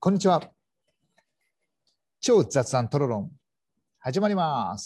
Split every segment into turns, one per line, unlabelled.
こんにちは。超雑談トロロン始まります。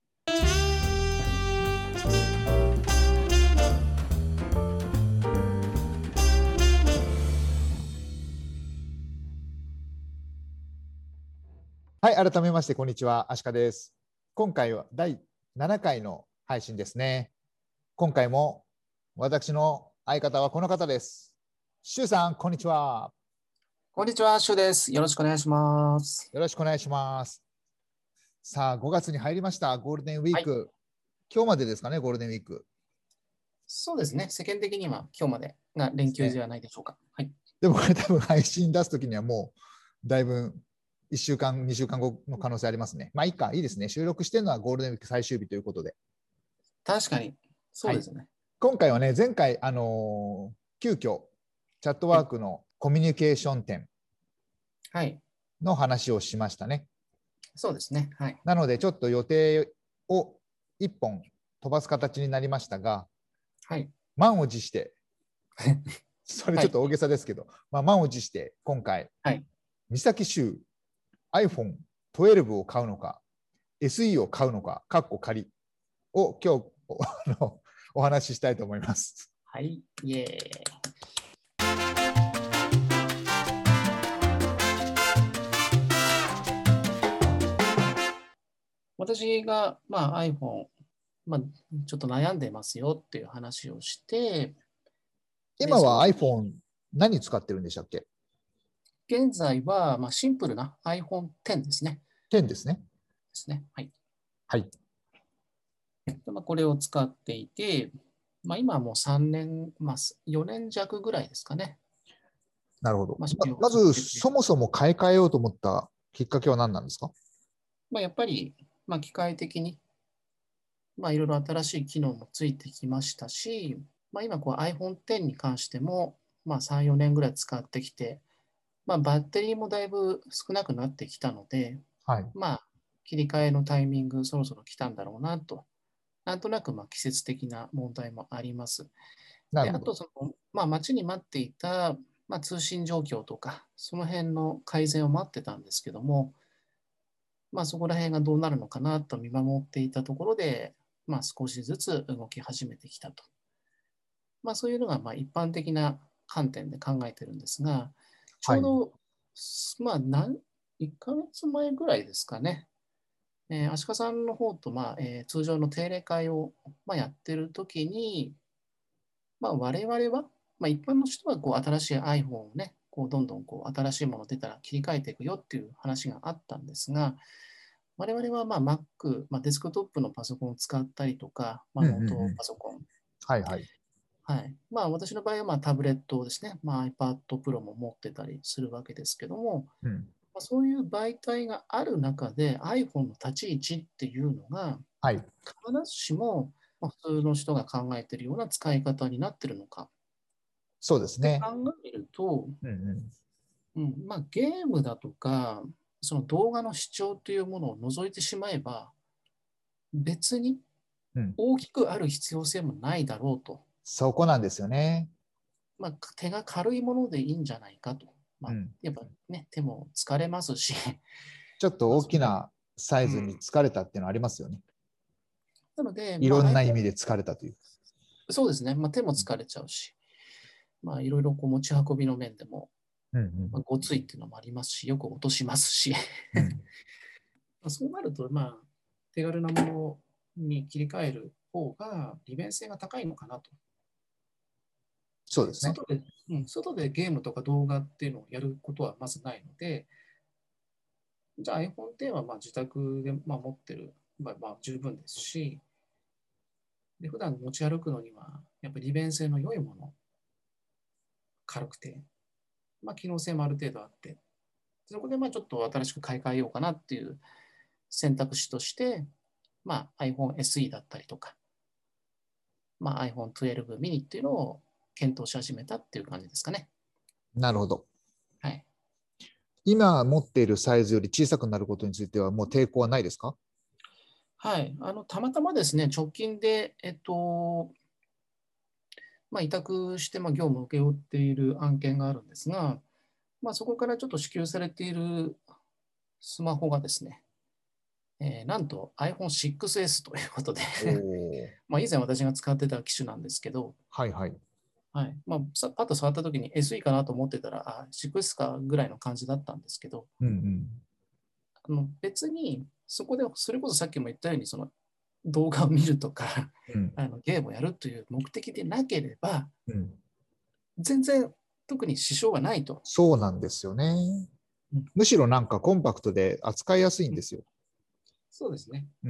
はい、改めましてこんにちは。アシカです。今回は第7回の配信ですね。今回も私の相方はこの方です。シュウさん、こんにちは。
こんにちは、シュウです。よろしくお願いします。
よろしくお願いします。さあ、5月に入りました。ゴールデンウィーク。はい、今日までですかね、ゴールデンウィーク。
そうですね。世間的には今日までが連休ではないでしょうか。はい。
でもこれ多分配信出すときにはもうだいぶ1週間、2週間後の可能性ありますね。まあいいか、いいですね。収録してるのはゴールデンウィーク最終日ということで。
確かに、そうですね。
はい、今回はね、前回、急遽チャットワークのコミュニケーション展の話をしましたね。
そうですね。はい。
なので、ちょっと予定を1本飛ばす形になりましたが、
はい、
満を持して、それちょっと大げさですけど、まあ、満を持して今回、三崎州 iPhone12 を買うのか、SE を買うのか、かっこ仮を今日お話ししたいと思います。
はい、イエーイ。私が、iPhone、ちょっと悩んでますよっていう話をして、
今は iPhone 何使ってるんでしたっけ？
現在は、シンプルな iPhone X ですね。
10ですね。
ですね。はい。
はい。
これを使っていて、今はもう3年、4年弱ぐらいですかね。
なるほど。まず、そもそも買い替えようと思ったきっかけは何なんですか？
やっぱり、機械的に、いろいろ新しい機能もついてきましたし、今iPhone X に関しても、3、4年ぐらい使ってきて、バッテリーもだいぶ少なくなってきたので、
はい、
切り替えのタイミング、そろそろ来たんだろうなと。なんとなく季節的な問題もあります。で、あと待ちに待っていた、通信状況とか、その辺の改善を待ってたんですけども、そこら辺がどうなるのかなと見守っていたところで、少しずつ動き始めてきたと。そういうのが一般的な観点で考えてるんですが、ちょうど、1ヶ月前ぐらいですかね、足利さんの方と、通常の定例会を、やってるときに、我々は、一般の人は新しい iPhone をね、どんどん新しいもの出たら切り替えていくよっていう話があったんですが、我々はMac、デスクトップのパソコンを使ったりとか、ノートパソコン。
はいはい。
はい。私の場合はタブレットですね、iPad Pro も持ってたりするわけですけども、そういう媒体がある中で iPhone の立ち位置っていうのが、必ずしも普通の人が考えているような使い方になっているのか。
そうですね。
って考えると、ゲームだとか、その動画の視聴というものを除いてしまえば、別に大きくある必要性もないだろうと。
そこなんですよね。
手が軽いものでいいんじゃないかと。やっぱね、手も疲れますし。
ちょっと大きなサイズに疲れたっていうのはありますよね。
なので、
いろんな意味で疲れたという。
そうですね。手も疲れちゃうし、いろいろ持ち運びの面でも、ごついっていうのもありますし、よく落としますし。そうなると、手軽なものに切り替える方が利便性が高いのかなと。
そうですね。
外でゲームとか動画っていうのをやることはまずないので、じゃあ iPhone X は自宅で持ってる、十分ですし、で普段持ち歩くのにはやっぱり利便性の良いもの、軽くて、機能性もある程度あって、そこでちょっと新しく買い替えようかなっていう選択肢として、iPhone SE だったりとか、iPhone 12 mini っていうのを検討し始めたっていう感じですかね。
なるほど。
はい。
今持っているサイズより小さくなることについてはもう抵抗はないですか？
はい。たまたまですね、直近で、委託して業務を請け負っている案件があるんですが、 そこからちょっと支給されているスマホがですね、なんと iPhone6S ということで以前私が使ってた機種なんですけど、
はいはい。
はい。パッと触った時に SE かなと思ってたら、6S かぐらいの感じだったんですけど、
うん
別にそこで、それこそさっきも言ったように、その動画を見るとか
うん
ゲームをやるという目的でなければ、
うん、
全然特に支障はないと。
そうなんですよね。
うん、
むしろなんかコンパクトで扱いやすいん
うん、
ですよ。
そうですね。
うん、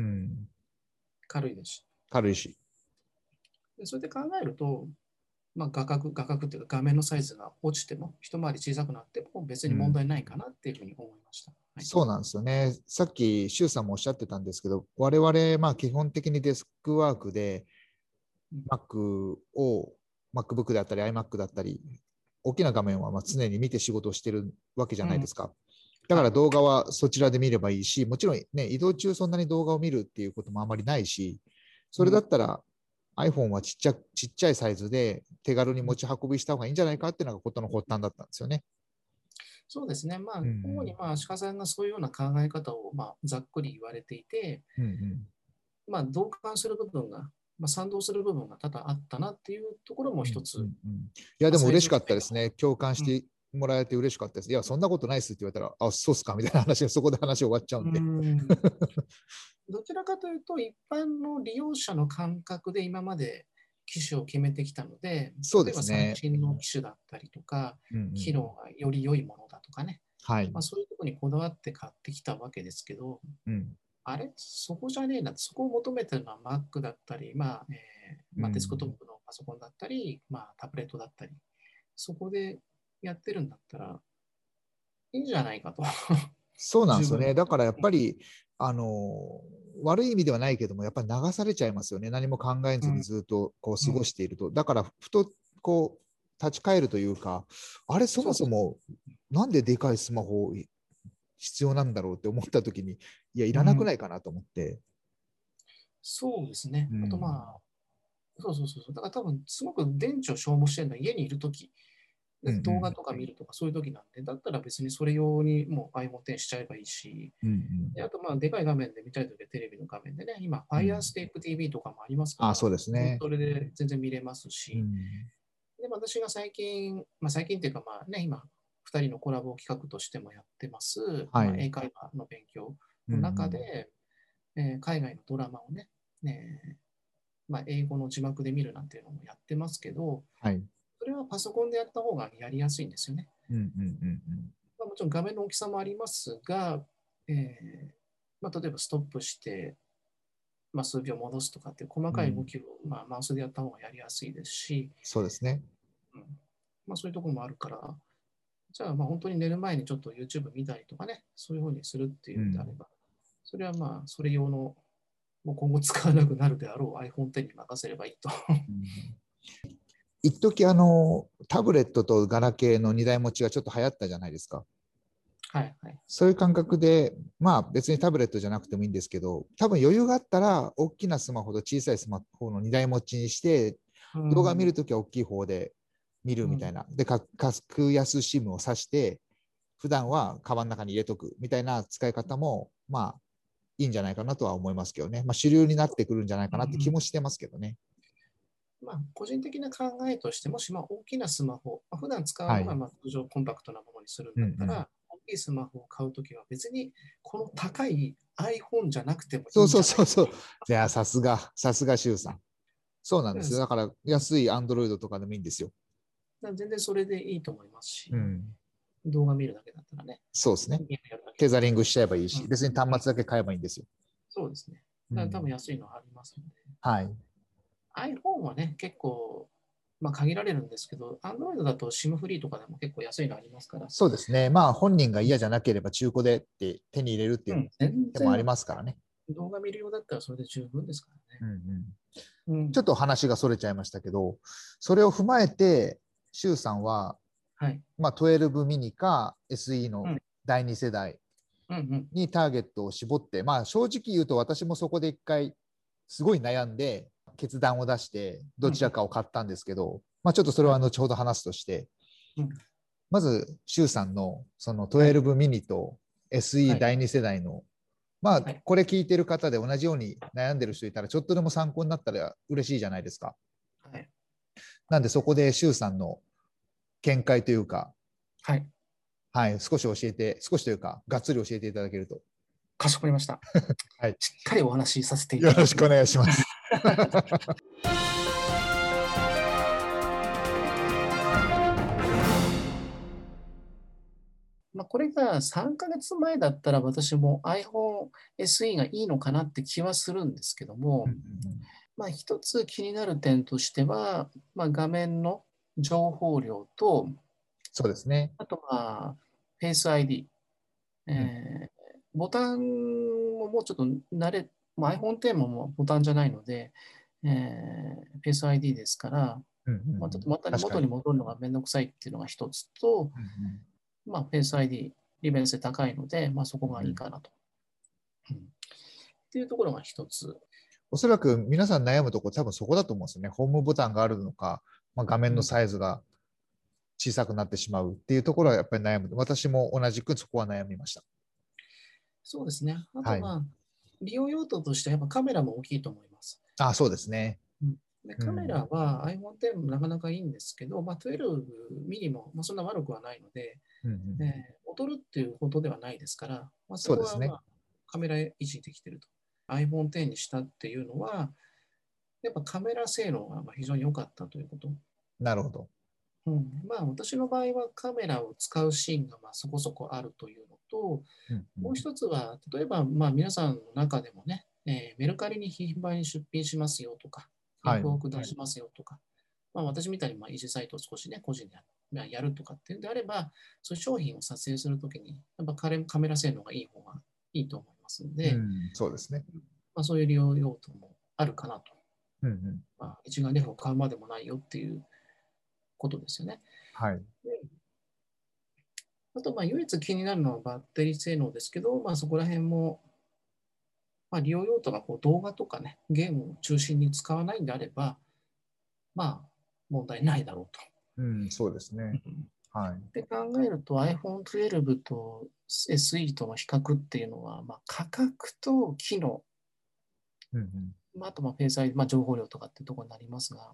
軽いですし。
軽いし。
でそれで考えると、画角っていうか画面のサイズが落ちても、一回り小さくなっても別に問
うん、
題ないかなっていうふうに思いました。はい。
そうなんですよね。さっき、周さんもおっしゃってたんですけど、我々、基本的にデスクワークで
うん、
Mac を、MacBook だったり iMac だったり、大きな画面は常に見て仕事をしてるわけじゃ
うん、
ないですか。だか
はい。
ら動画はそちらで見ればいいし、もちろんね、移動中そんなに動画を見るっていうこともあまりないし、それだ
うん、
ったら iPhone はちっちゃいサイズで手軽に持ち運びした方がいいんじゃないかっていうのがことの発端だったんですよね。
そうですね。
うん、
主に足利さんがそういうような考え方をざっくり言われていて、
うん、うん、
同感する部分が、賛同する部分が多々あったなっていうところも
うん、うん、
一つ、
うん。いや、でも
最初の
嬉しかったですね。共感してもらえて嬉しかったです。いや、そんなことないっすって言われたら、あ、そうっすかみたいな話がそこで話終わっちゃう
う
んで。
ん、どちらかというと、一般の利用者の感覚で今まで機種を決めてきたので、
そうで
例えば最
すね。
新の機種だったりとか、
うん、うん。
機能がより良いものだとかね、
はい。
そういうところにこだわって買ってきたわけですけど、
うん、
あれそこじゃねえな、そこを求めてるのは Mac だったり、デスクトッ
うん。
プのパソコンだったり、タブレットだったり、そこでやってるんだったらいいんじゃないかと。
そうなんで
十分。
すよね。だからやっぱり、あの、悪い意味ではないけども、やっぱり流されちゃいますよね。何も考えずに
うん、
ずっとこう過ご
うん、
していると。だから、ふとこう、立ち返るというか、あれ、そ
そうそう。
もそも、なんででかいスマホ必要なんだろうって思った時に、いや、いらなく
うん、
ないかなと思って。
そうですね。あと
うん。
そうそうそうそう。だから多分、すごく電池を消耗してるのは家にいるとき、
うんうん。
動画とか見るとかそういうときなんで、だったら別にそれ用にもう iPhone X しちゃえばいいし、
うんうん。
であとでかい画面で見たいときはテレビの画面でね、今
うん。
Fire Stick TV とかもありますか
あ、そ
ら、
うですね。
それで全然見れますし、
うん。
で、私が最近、最近っていうか今、2人のコラボ企画としてもやってます、
はい。
英会話の勉強
うんう
の中
ん。
で、海外のドラマをね、英語の字幕で見るなんていうのもやってますけど、
はい。
それはパソコンでやった方がやりやすいんですよね。
うんうんうん
もちろん画面の大きさもありますが、例えばストップして、数秒戻すとかっていう細
うん。うん。
かい動きを、マウスでやった方がやりやすいですし、
そうですね。
うんそういうところもあるから、じゃあ本当に寝る前にちょっと YouTube 見たりとかね、そういうふうにするってい
うん。
うんであれば、それはそれ用の、もう今後使わなくなるであろう iPhone X に任せればいいと。
うん。一時タブレットとガラケーの二台持ちがちょっと流行ったじゃないですか。
はいはい。
そういう感覚で、別にタブレットじゃなくてもいいんですけど、多分余裕があったら、大きなスマホと小さいスマホの二台持ちにして、
う
動画見る
ん、
ときは大きい方で見る
うん、
みたいな。で、格安 SIM を挿して、普段はカバンの中に入れとくみたいな使い方も、いいんじゃないかなとは思いますけどね。主流になってくるんじゃないかなって気
うん。
もしてますけどね。
個人的な考えとして、もし大きなスマホ、普段使う
はい。
のが通常コンパクトなものにするん
うんうん。
だったら、大きいスマホを買うときは別にこの高い iPhone じゃなくてもい
そうそう
いんじゃないか
そうそう。いや、さすが、シュウさん。そうなんですよ。だ
と。
から安い Android とかでもいいんですよ。
全然それでいいと思いますし、
うん。
動画見るだけだったらね、
そうですね。
ゲームやるだけだっ
テザリングしちゃえばいい
たら。
し、別に端
うん、
末だけ買えばいいんですよ。
そうですね。だから多分
うん。
安いのありますので。
はい。
iPhone はね、結構、限られるんですけど、Android だと SIM フリーとかでも結構安いのありますから。
そうですね。本人が嫌じゃなければ中古でって手に入れるっていう
うん、全
手もあり
然
ますからね。
動画見るようだったらそれで十分ですからね。
うんうん。
うん。
ちょっと話がそれちゃいましたけど、それを踏まえて、シュウさんは、
はい。
12ミニか SE の
うん。
第2世代
うんうん。
にターゲットを絞って、正直言うと私もそこで一回すごい悩んで決断を出してどちら
うん
かを買ったんですけど、ちょっとそれは後ほど話すとして、
うん。
まず、周さんのその12ミニと SE 第2世代の、まあ、これ聞いてる方で同じように悩んでる人いたら、ちょっとでも参考になったら嬉しいじゃないですか。
はい。
なんで、そこで周さんの見解というか、
はい。
はい、少し教えて、少しというか、がっつり教えていただけると。
かしこまりました。
はい。
しっかりお話しさせてい
よ
ただきます。
ろしくお願いします。
まあ、これが3ヶ月前だったら私も iPhone SE がいいのかなって気はするんですけども、まあ、一つ気になる点としては、まあ、画面の情報量と、
そうですね。
あとは Face ID、
うん、
ボタンももうちょっとまあ、iPhone X ももうボタンじゃないので、Face ID ですから、まあ、ちょっとまた
確かに。
元に戻るのがめんどくさいっていうのが一つと、まあ、Face ID、利便性高いので、まあ、そこがいいかなと。っていうところが一つ。
おそらく皆さん悩むところ多分そこだと思うんですよね。ホームボタンがあるのか、まあ、画面のサイズが小さくなってしまうっていうところはやっぱり悩む。私も同じくそこは悩みました。
そうですね。あと、
はい。
まあ、利用用途としてはやっぱカメラも大きいと思います。
あ、そうですね。
でカメ
うん。
ラは iPhone X もなかなかいいんですけど、まあ、12ミリも、まあ、そんな悪くはないので、劣るっていうほどではないですから、まあ、そ
そうですね。
こはまあカメラ維持できていると。iPhone X にしたっていうのは、やっぱカメラ性能がまあ非常に良かったということ。
なるほど。
まあ私の場合はカメラを使うシーンがまあそこそこあるというのと、もう一つは、例えばまあ皆さんの中でもね、メルカリに頻繁に出品しますよとか、ヤ
はい。
フオク出しますよとか、まあ、私みたいにまあ維持サイトを少しね、個人でやるとかっていうんであれば、そういう商品を撮影するときに、やっぱカメラ性能がいい方がいいと思いますので、
そうですね。
まあ、そういう利用用途もあるかなと。
うんうん。
まあ、一眼レフを買うまでもないよっていうことですよね。
はい。
であと、まあ、唯一気になるのはバッテリー性能ですけど、まあ、そこら辺も、まあ、利用用途がこう動画とかね、ゲームを中心に使わないんであれば、まあ、問題ないだろうと。
そうですね。はい。
って考えると iPhone 12と SE との比較っていうのは、まあ、価格と機能、まあ、あとまあフェイス ID、まあ、情報量とかっていうところになりますが、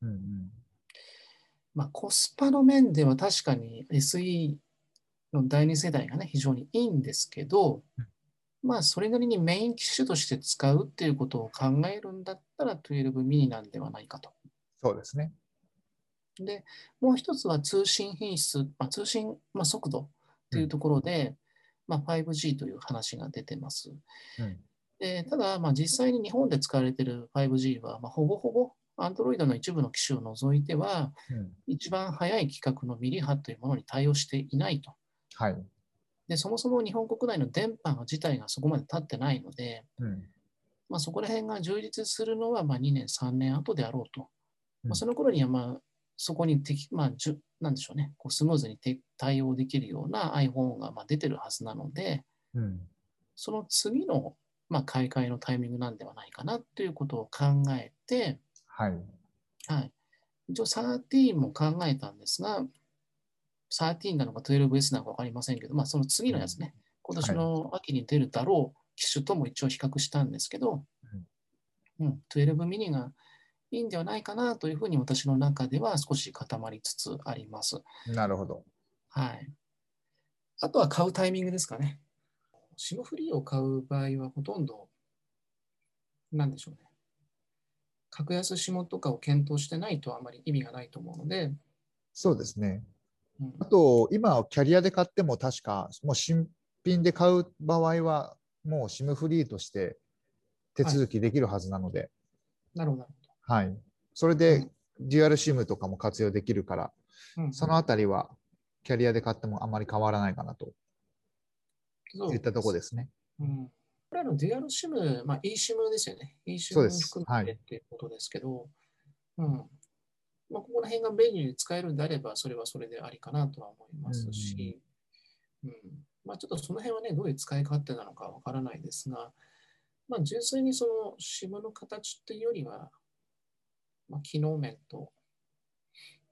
まあ、コスパの面では確かに SE の第二世代がね、非常にいいんですけど、まあ、それなりにメイン機種として使うっていうことを考えるんだったら12ミニなんではないかと。
そうですね。
で、もう一つは通信品質、まあ、通信、まあ、速度っていうところで、まあ、5G という話が出てます。でただ、まあ、実際に日本で使われている 5G は、まあ、ほぼほぼ Android の一部の機種を除いては、一番速い規格のミリ波というものに対応していないと。
はい。
でそもそも日本国内の電波自体がそこまで立ってないので、まあ、そこら辺が充実するのはまあ2年、3年後であろうと。まあ、その頃にはまあそこにまあ、なんでしょうね、こうスムーズに対応できるような iPhone がまあ出てるはずなので、その次のまあ買い替えのタイミングなんではないかなということを考えて、
はい。
はい、一応13も考えたんですが、13なのか 12S なのか分かりませんけど、まあ、その次のやつね、今年
はい。
の秋に出るだろう機種とも一応比較したんですけど、12ミニがいいんではないかなというふうに私の中では少し固まりつつあります。
なるほど。
はい。あとは買うタイミングですかね。SIM フリーを買う場合はほとんど、なんでしょうね。格安 SIM とかを検討してないとあまり意味がないと思うので、
そうですね。あと、今、キャリアで買っても確か、もう新品で買う場合は、もう SIM フリーとして手
はい。
続きできるはずなので、
なるほど。
はい。それで、デュアル SIM とかも活用できるから、そのあたりは、キャリアで買ってもあまり変わらないかなといったところですね。
これらのデュアル SIM、まあ、eSIM ですよね。
そうで
eSIM
す。
含
はい。
めてっていうことですけど、まあ、ここら辺が便利に使えるんであれば、それはそれでありかなとは思いますし、まあ、ちょっとその辺はね、どういう使い勝手なのかわからないですが、まあ、純粋にその SIM の形っていうよりは、まあ、機能面と、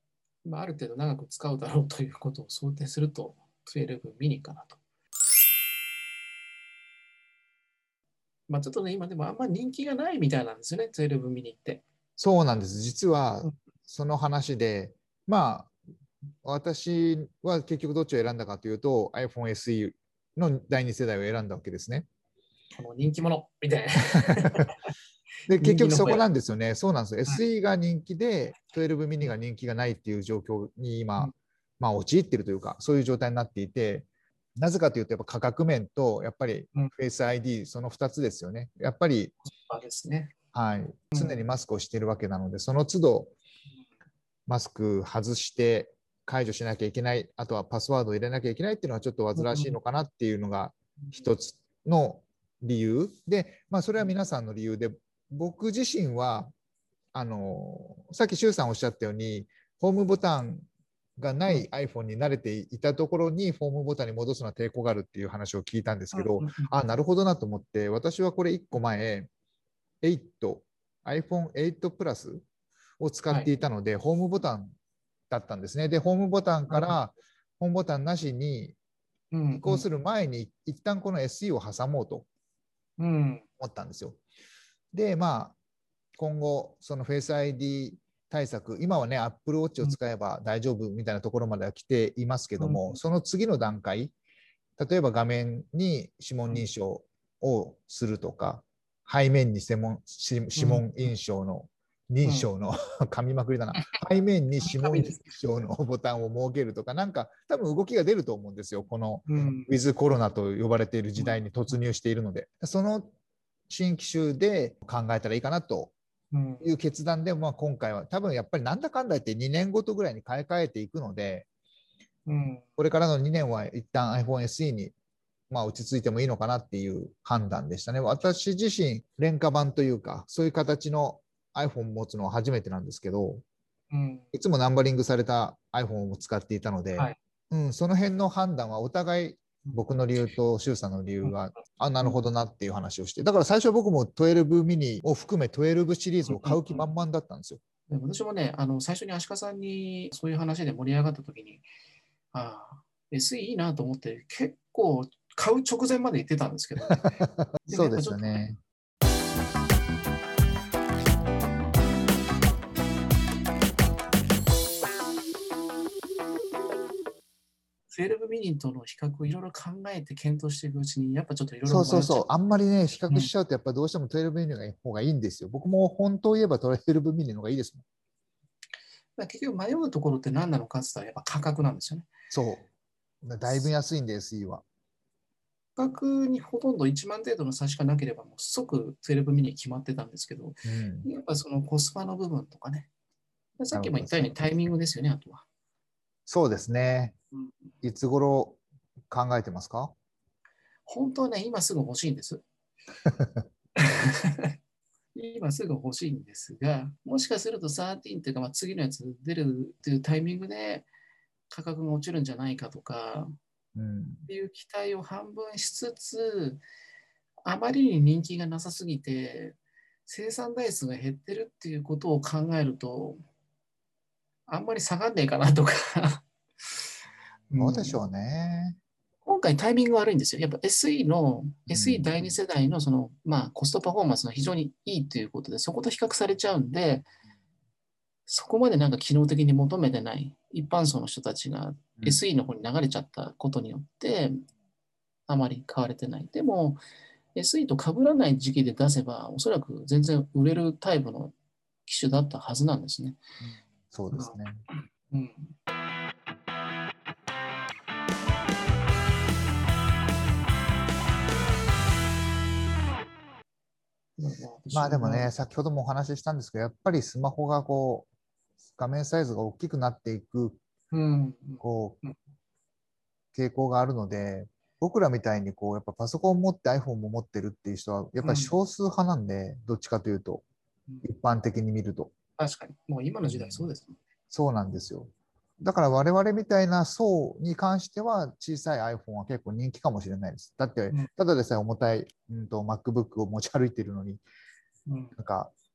まあ、ある程度長く使うだろうということを想定すると、12ミニかなと。まあ、ちょっとね、今でもあんまり人気がないみたいなんですよね、12ミニって。
そうなんです。実は
うん、
その話で、まあ、私は結局どっちを選んだかというと iPhone SE の第2世代を選んだわけですね。
この人気者みたいな。
で、結
人気
局そこ
の声。
なんですよね。そうなんですよ。
はい。
SE が人気で、12ミニが人気がないっていう状況に今、
うん、
まあ、陥っているというか、そういう状態になっていて、なぜかというと、やっぱ価格面と、やっぱり
うん、
フェイス ID、その2つですよね。やっぱり、
そうですね。
はい、
うん。
常にマスクをしているわけなので、その都度、マスク外して解除しなきゃいけない、あとはパスワードを入れなきゃいけないっていうのはちょっと煩わしいのかなっていうのが一つの理由で、まあ、それは皆さんの理由で、僕自身は、さっき周さんおっしゃったように、ホームボタンがない iPhone に慣れていたところに、ホームボタンに戻すのは抵抗があるっていう話を聞いたんですけど、あ、なるほどなと思って、私はこれ1個前、8、iPhone8 プラスを使って
はい。
いたので、ホームボタンだったんですね。で、ホームボタン
なるほど。
からホームボタンなしに移行する前に、一旦この SE を挟もうと
うん。
思ったんですよ。で、まあ、今後、その Face ID 対策、今はね、Apple Watch を使えば大丈夫みたいなところまでは来ていますけども、その次の段階、例えば画面に指紋認証をするとか、背面に指紋認証の噛みまくりだな。背面に指紋認証のボタンを設けるとか、なんか多分動きが出ると思うんですよ。このウィズコロナと呼ばれている時代に突入しているので。その新機種で考えたらいいかなという決断で、まあ、今回は多分やっぱりなんだかんだ言って2年ごとぐらいに買い替えていくので、これからの2年は一旦 iPhone SE にまあ落ち着いてもいいのかなっていう判断でしたね。私自身、廉価版というか、そういう形の iPhone を持つのは初めてなんですけど、いつもナンバリングされた iPhone を使っていたので、その辺の判断はお互い僕の理由と周さんの理由が、あ、なるほどなっていう話をして、だから最初僕も12ミニを含め12シリーズを買う気満々だったんですよ。
私もね、最初に足利さんにそういう話で盛り上がったときに、ああ、SE いいなと思って、結構買う直前まで言ってたんですけどね。でも
そうで
やっぱちょっと
すよね。
12ミニとの比較をいろいろ考えて検討していくうちに、やっぱちょっといろいろ
そうそうそう。
迷っちゃう。
あんまりね、比較
うん、
しちゃうと、やっぱどうしても12ミニの方がいいんですよ。僕も本当を言えば12ミニの方がいいですもん。
結局迷うところって何なのかって言ったらやっぱ価格なんですよね。
そう。だいぶ安いんです、SE は。
価格にほとんど1万程度の差しかなければ、もう即12ミニ決まってたんですけど、
うん。
やっぱそのコスパの部分とかね、さっ
なるほど。
きも言ったようにタイミングですよね、あとは。
そうですね。
うん、
いつ頃考えてますか？
本当はね、今すぐ欲しいんです。今すぐ欲しいんですが、もしかすると13っていうか、まあ、次のやつ出るっていうタイミングで価格が落ちるんじゃないかとか、
うん。
っていう期待を半分しつつ、あまりに人気がなさすぎて、生産台数が減ってるっていうことを考えると、あんまり下がんねえかなとかうん、
どうでしょうね。
今回タイミング悪いんですよ。やっぱ SE の、
う
SE
ん。
第2世代のその、まあ、コストパフォーマンスが非常にいいということで、そこと比較されちゃうんで、そこまでなんか機能的に求めてない一般層の人たちが
うん。
SE の方に流れちゃったことによって、あまり買われてない。でも、SE と被らない時期で出せば、おそらく全然売れるタイプの機種だったはずなんですね。
そうですね。
うん。
まあでもね、
私は、
先ほどもお話ししたんですけど、やっぱりスマホがこう、画面サイズが大きくなっていく、
うん。
こ
うん。
う、傾向があるので、僕らみたいにこう、やっぱパソコンを持って iPhone も持ってるっていう人は、やっぱり
うん。
少数派なんで、どっちかというと、
うん、
一般的に見ると。
確かに。もう今の時代そう
うん、
ですもん。
そうなんですよ。だから我々みたいな層に関しては小さい iPhone は結構人気かもしれないです。だって、
うん。
ただでさえ重たい、MacBook を持ち歩いているのに、
うん。
なんか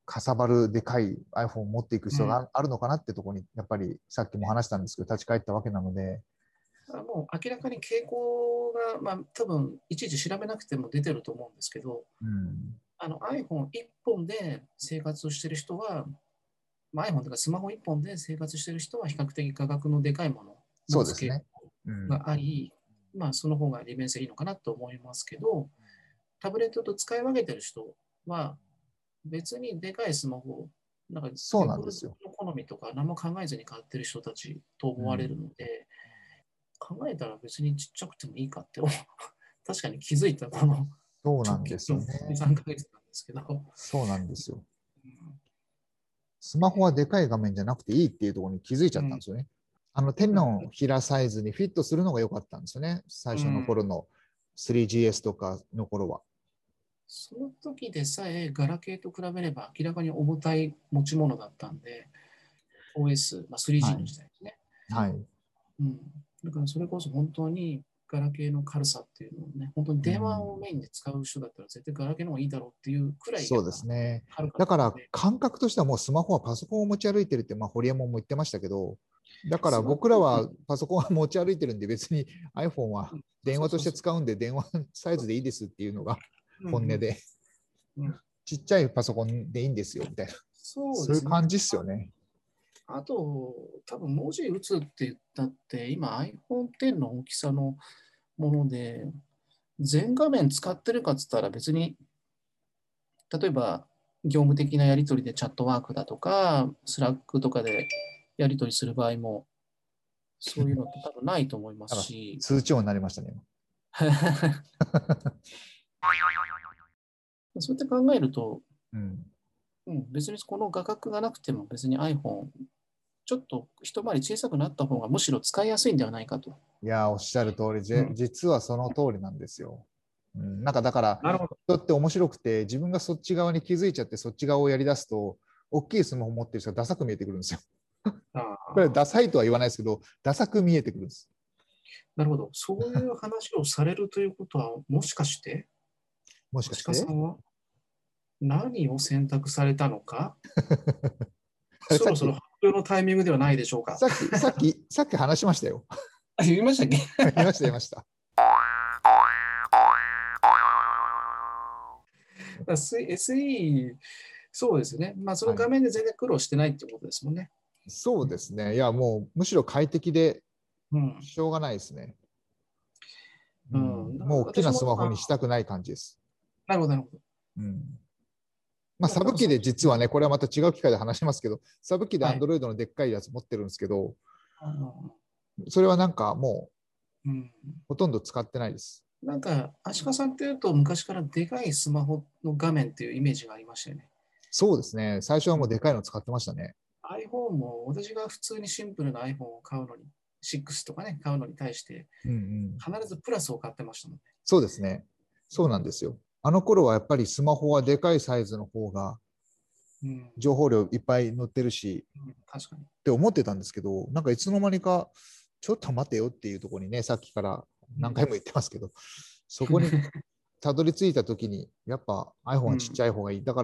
かさばるでかい iPhone を持っていく必要があるのかなってところに、やっぱりさっきも話したんですけど、立ち返ったわけなので。
もう明らかに傾向が、多分いちいち調べなくても出てると思うんですけど、iPhone1 本で生活をしている人は、iPhone というかスマホ1本で生活している人は比較的価格のでかいものを持つ傾向があり、その方が利便性いいのかなと思いますけど、タブレットと使い分けてる人は別にでかいスマホ、なんか
そう
よ
なんですよ。
っぽどの好みとか何も考えずに買ってる人たちと思われるので、考えたら別にちっちゃくてもいいかって確かに気づいたこの
そうな
直近の
んですよね。
2、3ヶ月なんですけど。
そうなんですよ。スマホはでかい画面じゃなくていいっていうところに気づいちゃったんですよね。手のひらサイズにフィットするのが良かったんですよね。最初の頃の 3GS とかの頃は。
その時でさえガラケーと比べれば明らかに重たい持ち物だったんで、OS、3G の時代ですね。
はい。
だからそれこそ本当にガラケーの軽さっていうのをね、本当に電話をメインで使う人だったら絶対ガラケーの方がいいだろうっていうくらい
そうですね。
軽か
だから
ったので。
感覚としてはもうスマホはパソコンを持ち歩いてるって、堀山も言ってましたけど、だから僕らはパソコンは持ち歩いてるんで別に iPhone は電話として使うんで電話サイズでいいですっていうのが本音で、ちっちゃいパソコンでいいんですよみたいな、そういう感じっすよね。
あと、多分文字打つって言ったって、今 iPhone X の大きさのもので、全画面使ってるかっつったら別に、例えば業務的なやり取りでチャットワークだとか、スラックとかでやり取りする場合も、そういうのって多分ないと思いますし。
通知音になりましたね。
そうやって考えると、別にこの画角がなくても別に iPhone、ちょっと一回り小さくなった方がむしろ使いやすいんではないかと。
いや、おっしゃる通り、実はその通りなんですよ。なんかだから、人って面白くて、自分がそっち側に気づいちゃって、そっち側をやり出すと、大きいスマホ持ってる人がダサく見えてくるんですよ。これダサいとは言わないですけど、ダサく見えてくるんです。
なるほど。そういう話をされるということは、もしかして、
もしかして
鹿さんは何を選択されたのかそろそろ発表のタイミングではないでしょうか。
さっき話しましたよ。
言いましたっけ
言いました。
SE、そうですね。その画面で全然苦労してないってことですもんね。
そうですね。いや、もうむしろ快適でしょうがないですね。もう大きなスマホにしたくない感じです。
なるほど、なるほ
ど。サブ機で実はね、これはまた違う機会で話しますけど、サブ機で Android のでっかいやつ持ってるんですけど、それはなんかもう、ほとんど使ってないです。
なんか、足利さんっていうと、昔からでかいスマホの画面っていうイメージがありましたよね。
そうですね。最初はもうでかいの使ってましたね。
iPhone も、私が普通にシンプルな iPhone を買うのに、6とかね、買うのに対して、必ずプラスを買ってましたもんね。
そうですね。そうなんですよ。あの頃はやっぱりスマホはでかいサイズの方が、情報量いっぱい載ってるし、
確かに
って思ってたんですけど、なんかいつの間にか、ちょっと待てよっていうところにね、さっきから何回も言ってますけど、そこにたどり着いたときに、やっぱ iPhone はちっちゃい方がいい。だから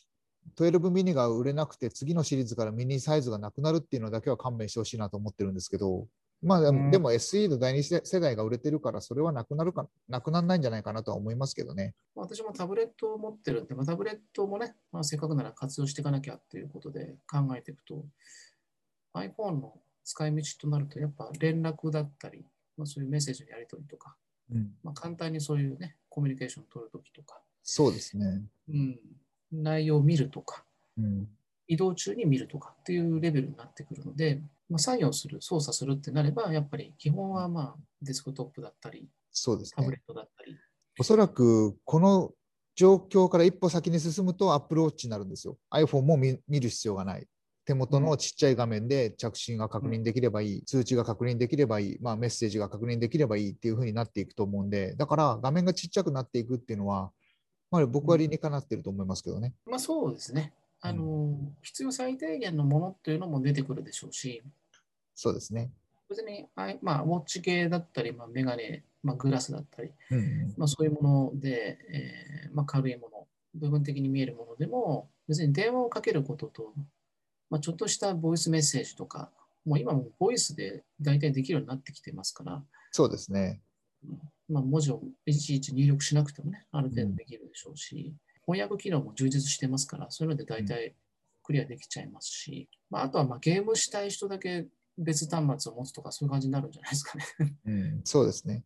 、12ミニが売れなくて、次のシリーズからミニサイズがなくなるっていうのだけは勘弁してほしいなと思ってるんですけど、でも SE の第2世代が売れてるから、それはなくならないんじゃないかなとは思いますけどね。
私もタブレットを持ってるんで、タブレットもね、せっかくなら活用していかなきゃっていうことで考えていくと、iPhone の使い道となると、やっぱ連絡だったり、そういうメッセージのやり取りとか、簡単にそういうね、コミュニケーションを取るときとか、
そうですね。
内容を見るとか、移動中に見るとかっていうレベルになってくるので、作業する、操作するってなれば、やっぱり基本はデスクトップだったり、
そうですね、
タブレットだったり。
おそらくこの状況から一歩先に進むと Apple Watch になるんですよ。iPhone も見る必要がない。手元のちっちゃい画面で着信が確認できればいい、通知が確認できればいい、メッセージが確認できればいいっていう風になっていくと思うんで、だから画面がちっちゃくなっていくっていうのは、僕は理にかなっていると思いますけどね。
そうですね。必要最低限のものっていうのも出てくるでしょうし、
そうですね。
別に、ウォッチ系だったり、メガネ、グラスだったり、そういうもので、軽いもの、部分的に見えるものでも、 別に電話をかけることと、ちょっとしたボイスメッセージとか、もう今もボイスで大体できるようになってきてますから、
そうですね。
文字をいちいち入力しなくてもね、ある程度できるでしょうし、翻訳機能も充実してますから、そういうので大体クリアできちゃいますし、あとはゲームしたい人だけ別端末を持つとか、そういう感じになるんじゃないですかね。
そうですね。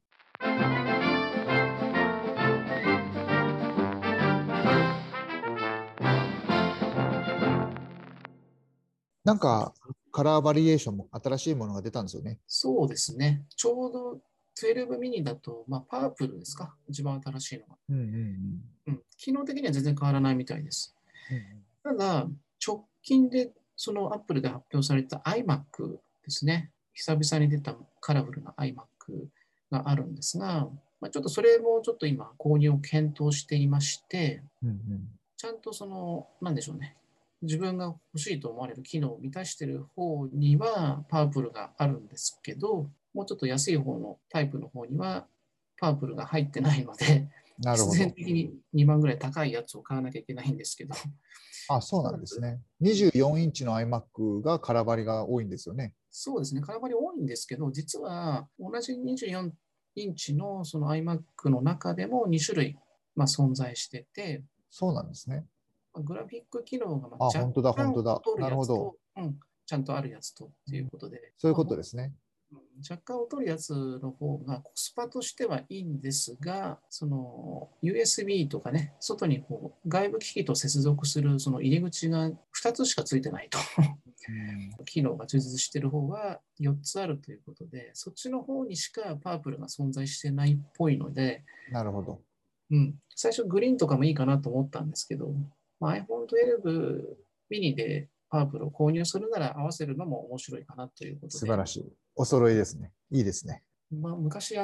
なんかカラーバリエーションも新しいものが出たんですよね。
そうですね。ちょうど12ミニだと、パープルですか、一番新しいのが。機能的には全然変わらないみたいです。ただ、直近でそのアップルで発表された iMac ですね。久々に出たカラフルな iMac があるんですが、ちょっとそれもちょっと今購入を検討していまして、ちゃんとなんでしょうね。自分が欲しいと思われる機能を満たしている方にはパープルがあるんですけど、もうちょっと安い方のタイプの方にはパープルが入ってないので、必然的に2万ぐらい高いやつを買わなきゃいけないんですけど。
そうなんですね。24インチの iMac が空張りが多いんですよね。
そうですね、空張り多いんですけど、実は同じ24インチのその iMac の中でも2種類存在してて、
そうなんですね。
グラフィック機能が
若干劣る
やつと、ちゃんとあるやつとっていうことで。
そういうことですね。
若干劣るやつの方がコスパとしてはいいんですが、USB とかね、外に外部機器と接続するその入り口が2つしかついてないと。機能が充実している方は4つあるということで、そっちの方にしかパープルが存在してないっぽいので、
なるほど。
最初グリーンとかもいいかなと思ったんですけど、iPhone 12 mini でパープルを購入するなら合わせるのも面白いかなということで。
素晴らしい。お揃いですね。いいですね。
昔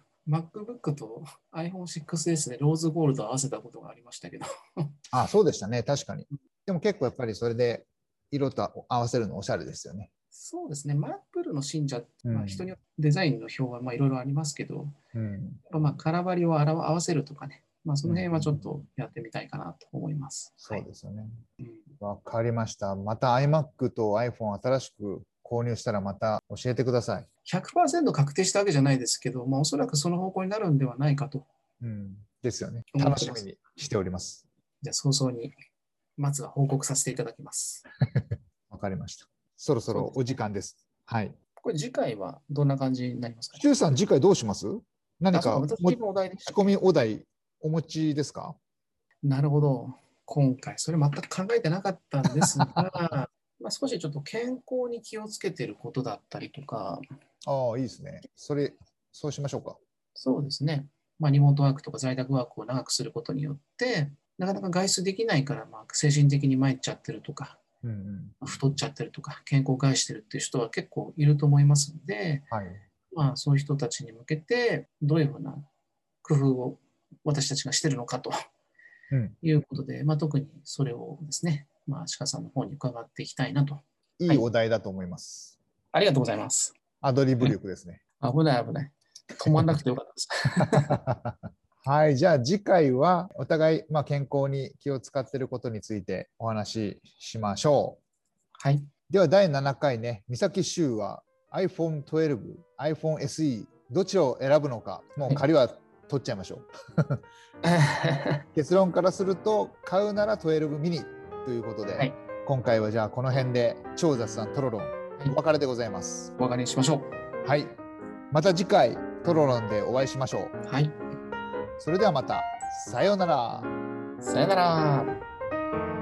MacBook と iPhone6S でローズゴールドを合わせたことがありましたけど。
そうでしたね。確かに。でも結構やっぱりそれで色と合わせるのおしゃれですよね。
そうですね。Apple の信者、人によってデザインの表はいろいろありますけど、カラバリを合わせるとかね、その辺はちょっとやってみたいかなと思います。
そうですよね。わかりました。また iMac と iPhone 新しく購入したらまた教えてください。
100% 確定したわけじゃないですけど、おそらくその方向になるんではないかと。
ですよね。楽しみにしております。
じゃあ早々にまずは報告させていただきます。
わかりました。そろそろお時間です。はい。
これ次回はどんな感じになりますか？
周さん、次回どうします？何か持ち込みお題お持ちですか？
なるほど。今回それ全く考えてなかったんですが少しちょっと健康に気をつけていることだったりとか。
いいですね。そうしましょうか。そう
ですね。リモートワークとか在宅ワークを長くすることによって、なかなか外出できないから、精神的に参っちゃってるとか、太っちゃってるとか、健康を害してるっていう人は結構いると思いますので、そういう人たちに向けて、どういうふうな工夫を私たちがしてるのかということで、特にそれをですね、鹿さんの方に伺っていきたいなと。
いいお題だと思います。
ありがとうございます。
アドリブ力ですね。
危ない危ない。止まんなくてよかったです。
はい、じゃあ次回はお互い、健康に気を使っていることについてお話ししましょう。
はい。
では第7回ね、三崎州は iPhone 12、iPhone SE どちらを選ぶのか、もう仮は取っちゃいましょう。結論からすると買うなら12ミニということで、今回はじゃあこの辺で超雑談トロロン、お別れでございます。
お別れしましょ
う。はい。また次回トロロンでお会いしましょう。
はい。
それではまた。さようなら。
さようなら。